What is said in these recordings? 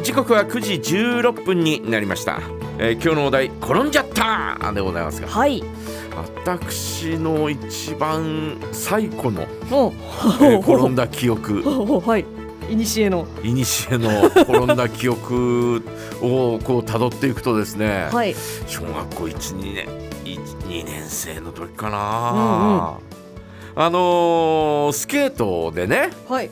時刻は9時16分になりました。今日のお題、転んじゃったでございますが、 はい。 私の一番最古の、 お転んだ記憶、 はい。いにしえの転んだ記憶をこう辿っていくとですね、 はい。 小学校1、2年生の時かな、スケートでね、 はい。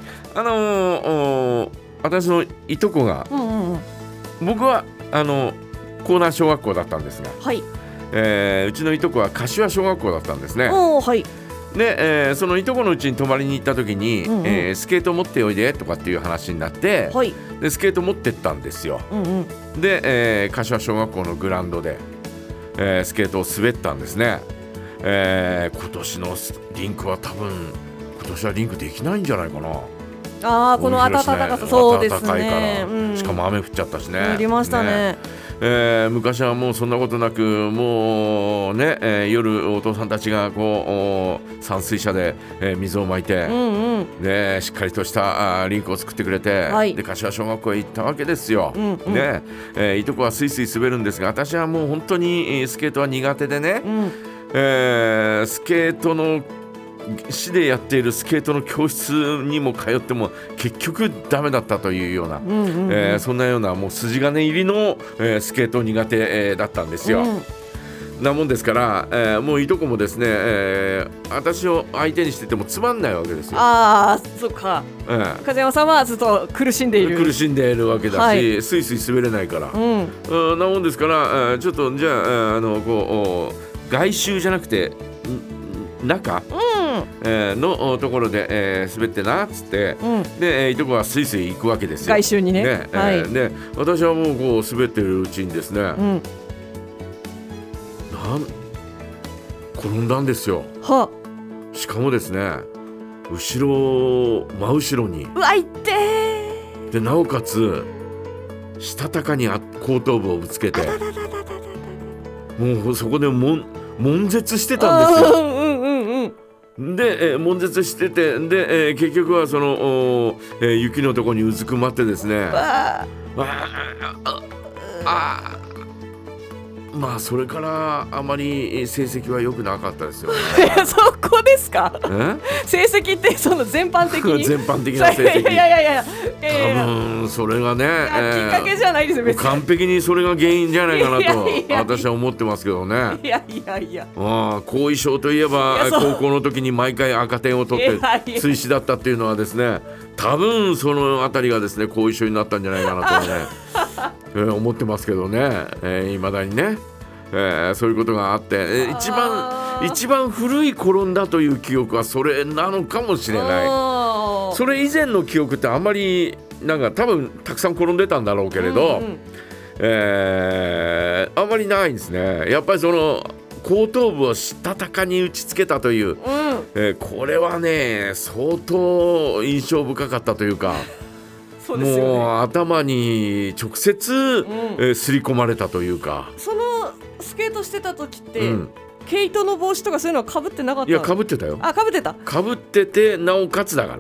私のいとこが、僕は江南小学校だったんですが、 はい。 うちのいとこは柏小学校だったんですね。 はい。 で、そのいとこのうちに泊まりに行った時に、スケート持っておいでとかっていう話になって、 はい。 でスケート持ってったんですよ。で、柏小学校のグラウンドで、スケートを滑ったんですね。今年のリンクは多分今年はリンクできないんじゃないかな。 この暖かさ、そうですね。 暖かいから、しかも雨降っちゃったしね。 ありましたね。 昔はもうそんなことなく、もうね、夜お父さんたちがこう散水車で、水をまいて、でしっかりとしたリンクを作ってくれて、で柏小学校へ行ったわけですよ。ね、いとこはスイスイ滑るんですが、私はもう本当にスケートは苦手でね、スケートの市でやっているスケートの教室にも通っても結局ダメだったというような、そんなようなもう筋金入りの、スケート苦手、だったんですよ。なもんですから、もういとこもですね、私を相手にしててもつまんないわけですよ。 そっか。風山さんはずっと苦しんでいるわけだし、スイスイ滑れないから、なもんですから、ちょっとじゃあ、こう外周じゃなくて中、のところで、滑ってなっつって、で、いとこはスイスイ行くわけですよ。 外周にね。 で私はもうこう滑ってるうちにですね、転んだんですよ。しかもですね、真後ろに、 いってーで、なおかつしたたかに後頭部をぶつけて、もうそこで悶絶してたんですよ。で、悶絶してて、で、結局はその、雪のところにうずくまってですね、まあそれからあまり成績は良くなかったですよね。 そこですか？成績ってその全般的に全般的な成績、 多分それがね、 きっかけじゃないですよ、別に。 完璧にそれが原因じゃないかなと私は思ってますけどね。後遺症といえば、高校の時に毎回赤点を取って追試だったっていうのはですね、多分そのあたりがですね後遺症になったんじゃないかなとね思ってますけどね、未だにね、そういうことがあって、一番古い転んだという記憶はそれなのかもしれない。それ以前の記憶ってあんまりなんか多分たくさん転んでたんだろうけれど、あんまりないんですね。やっぱりその後頭部をしたたかに打ちつけたという、これはね相当印象深かったというか、 そうですよね、 もう頭に直接、すり込まれたというか。 そのスケートしてた時って、毛糸の帽子とかそういうのはかぶってなかった？ いや、かぶってたよ。 かぶってた。 かぶってて、なおかつだから。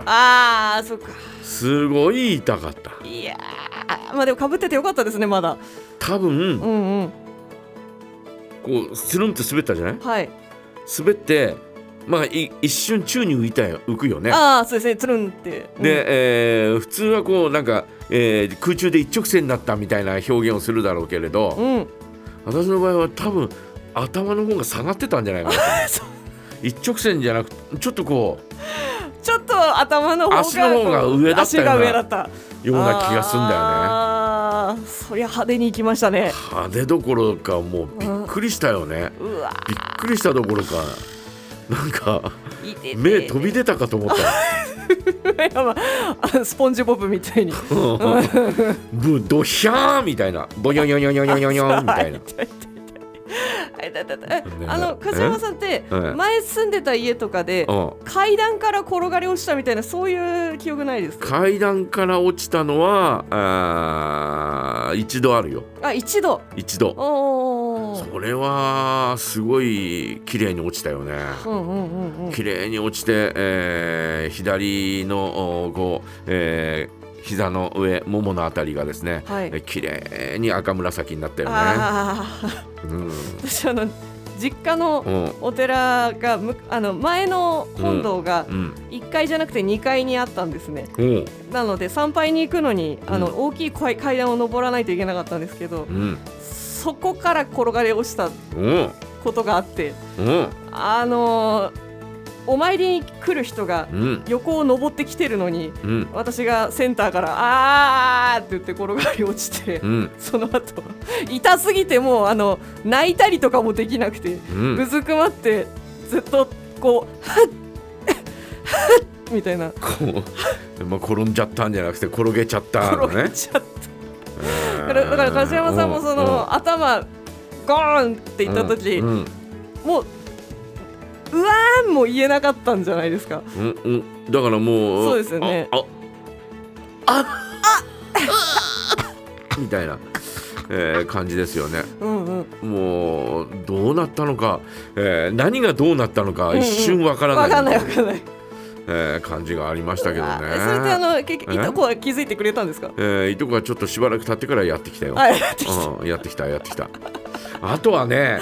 そっか。 すごい痛かった。 いやまあでもかぶっててよかったですね、まだ。 多分、こうスルンと滑ったじゃない？滑って、まあ一瞬宙に浮くよね。 そうですね、つるんって。 で、普通はこうなんか、空中で一直線になったみたいな表現をするだろうけれど、私の場合は多分頭の方が下がってたんじゃないかな一直線じゃなくて、ちょっとこうちょっと頭の方が足の方が上だったような気がするんだよね。 そりゃ派手に行きましたね。 派手どころか、もうびっくりしたよね。びっくりしたどころか、なんか目飛び出たかと思ったスポンジボブみたいにドヒャーみたいな、ボヨヨヨヨヨヨヨみたいな。 梶山さんって前住んでた家とかで階段から転がり落ちたみたいな、そういう記憶ないですか？ 階段から落ちたのは一度あるよ。 一度。 それはすごい綺麗に落ちたよね。綺麗に落ちて、左の膝の上もものあたりがですね、綺麗に赤紫になったよね。 私実家のお寺が前の本堂が1階じゃなくて2階にあったんですね。なので参拝に行くのに大きい階段を登らないといけなかったんですけど、そこから転がり落ちたことがあって、お参りに来る人が横を登ってきてるのに、私がセンターからあーって言って転がり落ちて、その後痛すぎてもう泣いたりとかもできなくて、うずくまってずっとこうはっはっみたいな、 転んじゃったんじゃなくて転げちゃったのね。 転げちゃった。だから梶山さんも頭ゴーンっていった時、もううわーんも言えなかったんじゃないですか。 だからもうそうですよね。 みたいな、感じですよね。もうどうなったのか、何がどうなったのか一瞬わからない。 わかんない感じがありましたけどね。 それでいとこは気づいてくれたんですか？ いとこはちょっとしばらく経ってからやってきたよ。やってきた。あとはね、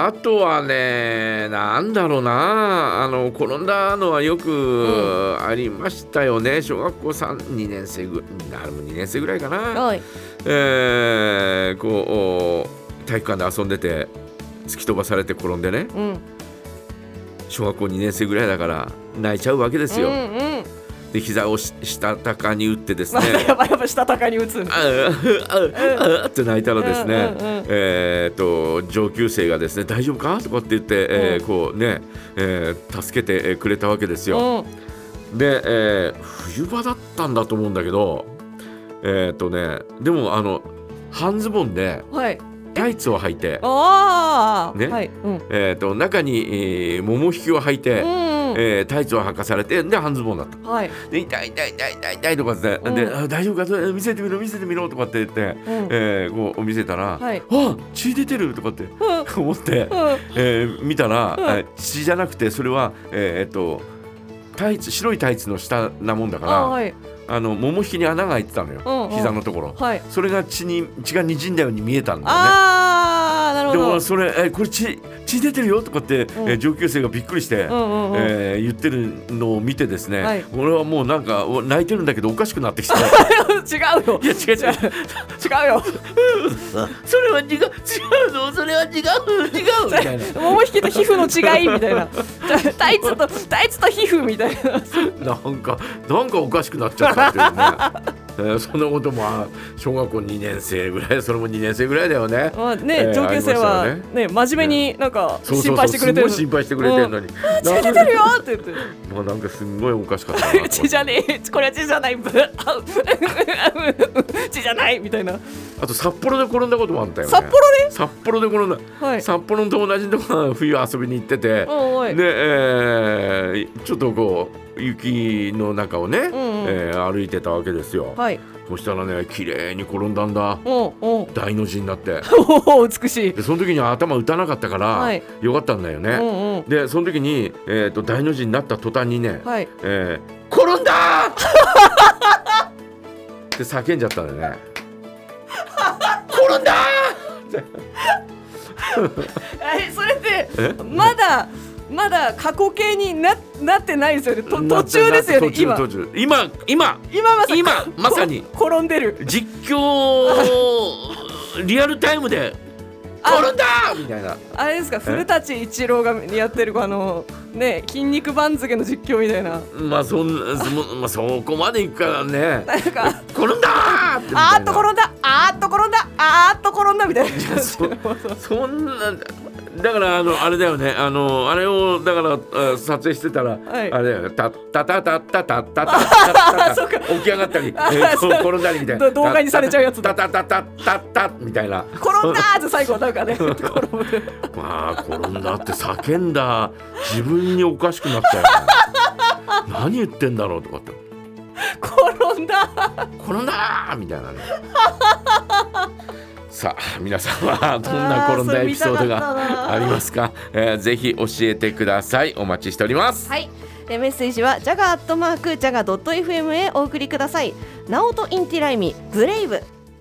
なんだろうな、転んだのはよくありましたよね。小学校2年生ぐらいかな。こう体育館で遊んでて突き飛ばされて転んでね、小学校2年生ぐらいだから泣いちゃうわけですよ。で膝をしたたかに打ってですね、 やっぱしたたかに打つって泣いたらですね、上級生がですね大丈夫かとかって言って、こうね、助けてくれたわけですよ。で、冬場だったんだと思うんだけど、でも半ズボンでタイツを履いて、中に、もも引きを履いて、タイツを履かされて、で半ズボンだった。で痛いとかで、大丈夫か見せてみろとかって言って、こう見せたら、血出てるとかって思って、見たら、血じゃなくてそれは白いタイツの下なもんだから、もも引きに穴が開いてたのよ、膝のところ。それが血がにじんだように見えたんだよね。でもそれこれ血出てるよとかって、上級生がびっくりして、言ってるのを見てですね、俺はもうなんか泣いてるんだけどおかしくなってきて違うよ。いや違うよそれは違うの、それは違うみたいな、 もも引きと皮膚の違いみたいなタイツと皮膚みたいななんかおかしくなっちゃったっていうね。そんなことも小学校2年生ぐらい、それも2年生ぐらいだよね。 上級生はね真面目になんか心配してくれてる。 心配してくれてるのに血出てるよって言って、 もうなんかすんごいおかしかったな。 血じゃねえ、これは血じゃない血じゃないみたいな。あと札幌で転んだこともあったよね。札幌で転んだ、札幌の友達のところ冬遊びに行ってて、で、ちょっとこう雪の中をね、歩いてたわけですよ。そしたらね綺麗に転んだんだ。大の字になって美しい。 でその時には頭打たなかったから、よかったんだよね。でその時に、大の字になった途端にね、転んだって叫んじゃったんだよね。転んだそれってまだ過去形になってないですよね。途中ですよね。今まさに転んでる。 実況リアルタイムで転んだみたいな。 あれですか、古舘一郎がやってるね、筋肉番付の実況みたいな。 そこまでいくからね。 なんか転んだーってあーっと転んだみたいな。 そんなだからあれだよね、あれをだから撮影してたら、あれだよね、タッタタタッタタッタタッタ起き上がったり転んだりみたいな、 動画にされちゃうやつだ。 タタタタッタッタみたいな、 転んだーって最後なんかね転んだって叫んだ自分におかしくなったよね。何言ってんだろうとかって、 転んだみたいなね。さあ皆さんはどんな転んだエピソードがありますか？ぜひ教えてください。お待ちしております。 メッセージはjaga@jaga.fm へお送りください。 ナオトインティライミブレイブ